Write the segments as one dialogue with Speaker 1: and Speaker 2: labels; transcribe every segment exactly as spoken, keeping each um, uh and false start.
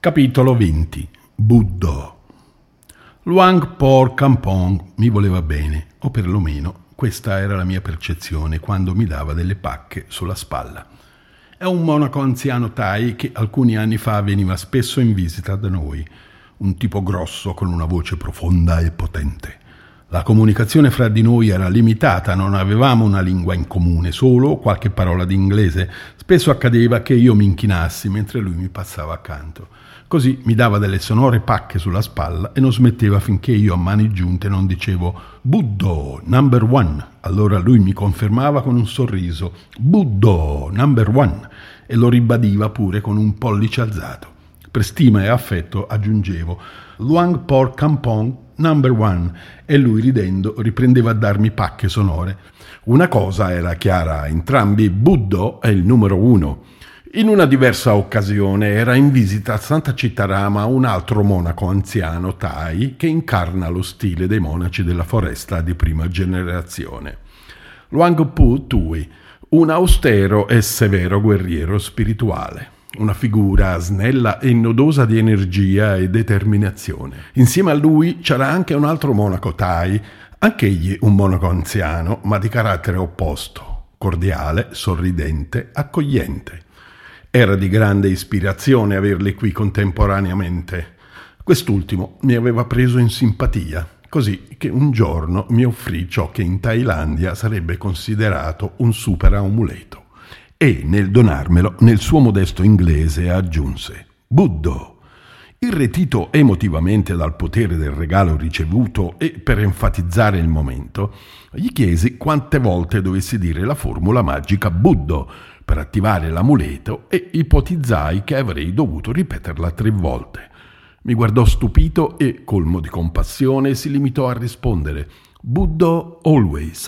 Speaker 1: Capitolo venti. Buddho. Luang Por Kampong mi voleva bene, o perlomeno questa era la mia percezione quando mi dava delle pacche sulla spalla. È un monaco anziano Thai che alcuni anni fa veniva spesso in visita da noi, un tipo grosso con una voce profonda e potente. La comunicazione fra di noi era limitata, non avevamo una lingua in comune, solo qualche parola di inglese. Spesso accadeva che io mi inchinassi mentre lui mi passava accanto. Così mi dava delle sonore pacche sulla spalla e non smetteva finché io a mani giunte non dicevo «Buddho, number one». Allora lui mi confermava con un sorriso «Buddho, number one» e lo ribadiva pure con un pollice alzato. Per stima e affetto aggiungevo «Luang Por Kampong, number one» e lui ridendo riprendeva a darmi pacche sonore. Una cosa era chiara a entrambi: Buddho è il numero uno. In una diversa occasione era in visita a Santa Cittarama un altro monaco anziano Thai che incarna lo stile dei monaci della foresta di prima generazione. Luang Pu Tui, un austero e severo guerriero spirituale, una figura snella e nodosa di energia e determinazione. Insieme a lui c'era anche un altro monaco Thai, anch'egli un monaco anziano, ma di carattere opposto, cordiale, sorridente, accogliente. Era di grande ispirazione averli qui contemporaneamente. Quest'ultimo mi aveva preso in simpatia, così che un giorno mi offrì ciò che in Thailandia sarebbe considerato un super amuleto. E nel donarmelo, nel suo modesto inglese aggiunse «Buddho». Irretito emotivamente dal potere del regalo ricevuto e per enfatizzare il momento, gli chiesi quante volte dovessi dire la formula magica Buddho per attivare l'amuleto e ipotizzai che avrei dovuto ripeterla tre volte. Mi guardò stupito e, colmo di compassione, si limitò a rispondere «Buddho always».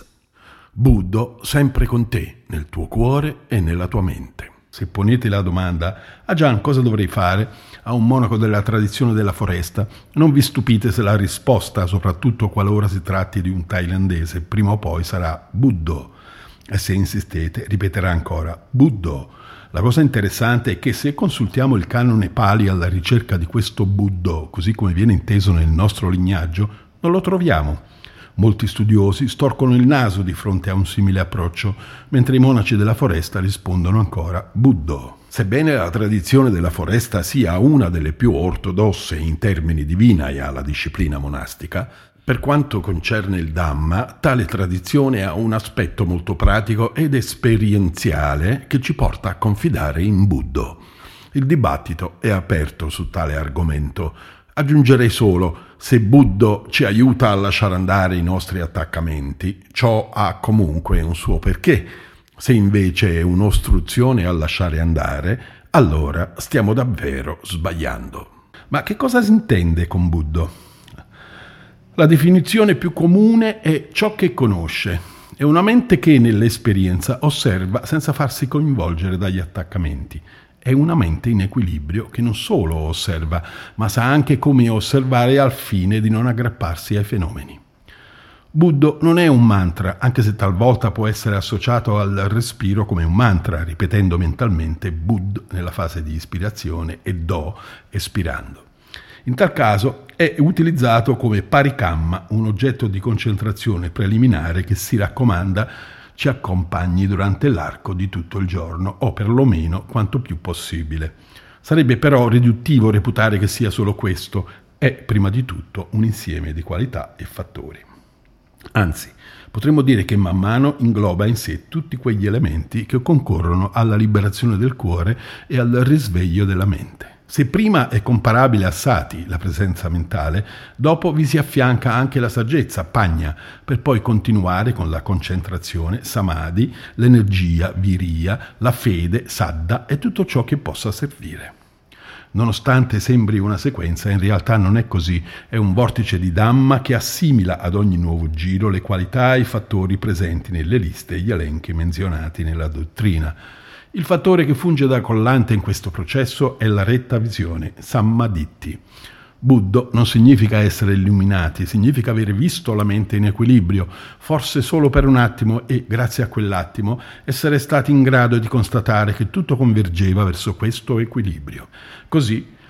Speaker 1: Buddho sempre con te, nel tuo cuore e nella tua mente. Se ponete la domanda «Ah Gian, cosa dovrei fare?» a un monaco della tradizione della foresta, non vi stupite se la risposta, soprattutto qualora si tratti di un thailandese, prima o poi sarà Buddho. E se insistete, ripeterà ancora Buddho. La cosa interessante è che se consultiamo il canone Pali alla ricerca di questo Buddho, così come viene inteso nel nostro lignaggio, non lo troviamo. Molti studiosi storcono il naso di fronte a un simile approccio, mentre i monaci della foresta rispondono ancora Buddho. Sebbene la tradizione della foresta sia una delle più ortodosse in termini di Vinaya, la disciplina monastica, per quanto concerne il Dhamma, tale tradizione ha un aspetto molto pratico ed esperienziale che ci porta a confidare in Buddho. Il dibattito è aperto su tale argomento. Aggiungerei solo, se Buddho ci aiuta a lasciare andare i nostri attaccamenti, ciò ha comunque un suo perché. Se invece è un'ostruzione a lasciare andare, allora stiamo davvero sbagliando. Ma che cosa si intende con Buddho? La definizione più comune è ciò che conosce. È una mente che nell'esperienza osserva senza farsi coinvolgere dagli attaccamenti. È una mente in equilibrio che non solo osserva, ma sa anche come osservare al fine di non aggrapparsi ai fenomeni. Buddho non è un mantra, anche se talvolta può essere associato al respiro come un mantra, ripetendo mentalmente Bud nella fase di ispirazione e Do espirando. In tal caso è utilizzato come parikamma, un oggetto di concentrazione preliminare che si raccomanda ci accompagni durante l'arco di tutto il giorno, o perlomeno quanto più possibile. Sarebbe però riduttivo reputare che sia solo questo, è prima di tutto un insieme di qualità e fattori. Anzi, potremmo dire che man mano ingloba in sé tutti quegli elementi che concorrono alla liberazione del cuore e al risveglio della mente. Se prima è comparabile a sati, la presenza mentale, dopo vi si affianca anche la saggezza, pagna, per poi continuare con la concentrazione, samadhi, l'energia, viriya, la fede, saddha e tutto ciò che possa servire. Nonostante sembri una sequenza, in realtà non è così, è un vortice di Dhamma che assimila ad ogni nuovo giro le qualità e i fattori presenti nelle liste e gli elenchi menzionati nella dottrina. Il fattore che funge da collante in questo processo è la retta visione, sammaditthi. Buddho non significa essere illuminati, significa avere visto la mente in equilibrio, forse solo per un attimo e, grazie a quell'attimo, essere stati in grado di constatare che tutto convergeva verso questo equilibrio. Così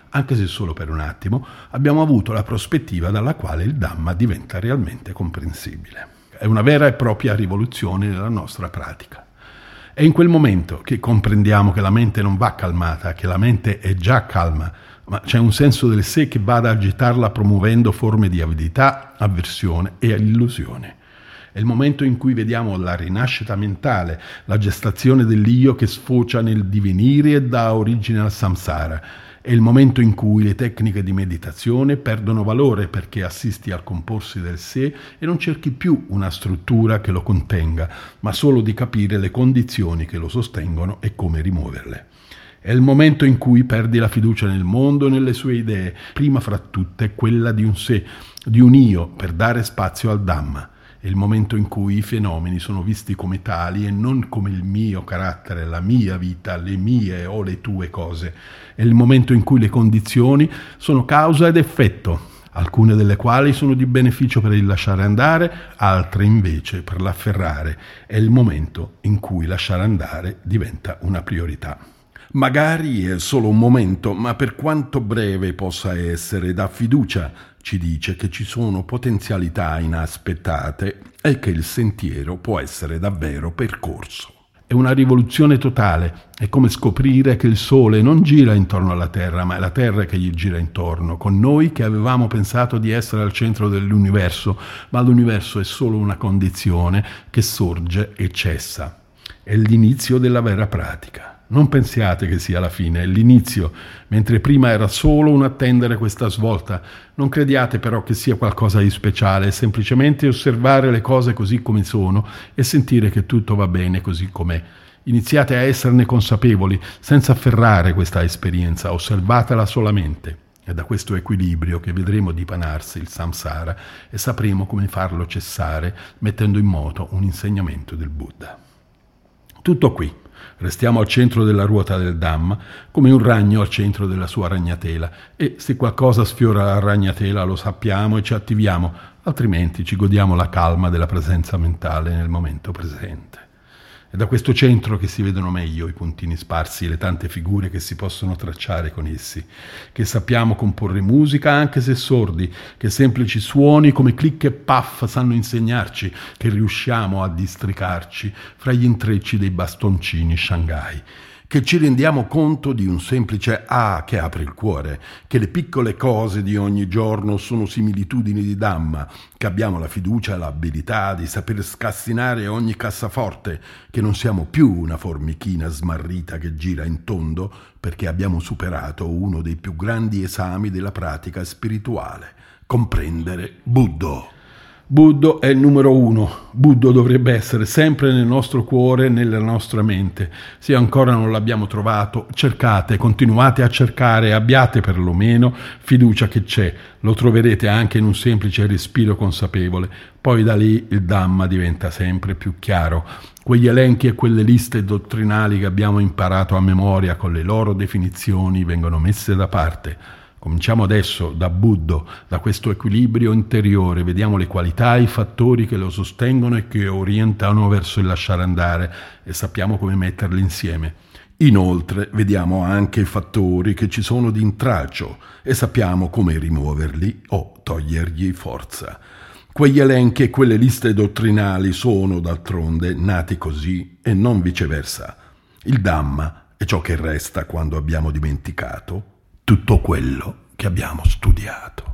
Speaker 1: anche se solo per un attimo, abbiamo avuto la prospettiva dalla quale il Dhamma diventa realmente comprensibile. È una vera e propria rivoluzione nella nostra pratica. È in quel momento che comprendiamo che la mente non va calmata, che la mente è già calma, ma c'è un senso del sé che va ad agitarla promuovendo forme di avidità, avversione e illusione. È il momento in cui vediamo la rinascita mentale, la gestazione dell'io che sfocia nel divenire e dà origine al samsara. È il momento in cui le tecniche di meditazione perdono valore perché assisti al comporsi del sé e non cerchi più una struttura che lo contenga, ma solo di capire le condizioni che lo sostengono e come rimuoverle. È il momento in cui perdi la fiducia nel mondo e nelle sue idee, prima fra tutte quella di un sé, di un io, per dare spazio al Dhamma. È il momento in cui i fenomeni sono visti come tali e non come il mio carattere, la mia vita, le mie o le tue cose. È il momento in cui le condizioni sono causa ed effetto, alcune delle quali sono di beneficio per il lasciare andare, altre invece per l'afferrare. È il momento in cui lasciare andare diventa una priorità. Magari è solo un momento, ma per quanto breve possa essere, dà fiducia, ci dice che ci sono potenzialità inaspettate e che il sentiero può essere davvero percorso. È una rivoluzione totale, è come scoprire che il Sole non gira intorno alla Terra, ma è la Terra che gli gira intorno, con noi che avevamo pensato di essere al centro dell'universo, ma l'universo è solo una condizione che sorge e cessa. È l'inizio della vera pratica. Non pensiate che sia la fine, è l'inizio, mentre prima era solo un attendere questa svolta. Non crediate però che sia qualcosa di speciale, è semplicemente osservare le cose così come sono e sentire che tutto va bene così com'è. Iniziate a esserne consapevoli, senza afferrare questa esperienza, osservatela solamente. È da questo equilibrio che vedremo dipanarsi il samsara e sapremo come farlo cessare, mettendo in moto un insegnamento del Buddha. Tutto qui. Restiamo al centro della ruota del Dhamma, come un ragno al centro della sua ragnatela, e se qualcosa sfiora la ragnatela lo sappiamo e ci attiviamo, altrimenti ci godiamo la calma della presenza mentale nel momento presente. È da questo centro che si vedono meglio i puntini sparsi e le tante figure che si possono tracciare con essi, che sappiamo comporre musica anche se sordi, che semplici suoni come click e puff sanno insegnarci, che riusciamo a districarci fra gli intrecci dei bastoncini Shanghai, che ci rendiamo conto di un semplice ah che apre il cuore, che le piccole cose di ogni giorno sono similitudini di Dhamma, che abbiamo la fiducia e l'abilità di saper scassinare ogni cassaforte, che non siamo più una formichina smarrita che gira in tondo perché abbiamo superato uno dei più grandi esami della pratica spirituale, comprendere Buddha. Buddha è il numero uno. Buddha dovrebbe essere sempre nel nostro cuore e nella nostra mente. Se ancora non l'abbiamo trovato, cercate, continuate a cercare e abbiate perlomeno fiducia che c'è. Lo troverete anche in un semplice respiro consapevole. Poi da lì il Dhamma diventa sempre più chiaro. Quegli elenchi e quelle liste dottrinali che abbiamo imparato a memoria con le loro definizioni vengono messe da parte. Cominciamo adesso da Buddha, da questo equilibrio interiore, vediamo le qualità e i fattori che lo sostengono e che orientano verso il lasciare andare e sappiamo come metterli insieme. Inoltre vediamo anche i fattori che ci sono di intralcio e sappiamo come rimuoverli o togliergli forza. Quegli elenchi e quelle liste dottrinali sono, d'altronde, nati così e non viceversa. Il Dhamma è ciò che resta quando abbiamo dimenticato tutto quello che abbiamo studiato.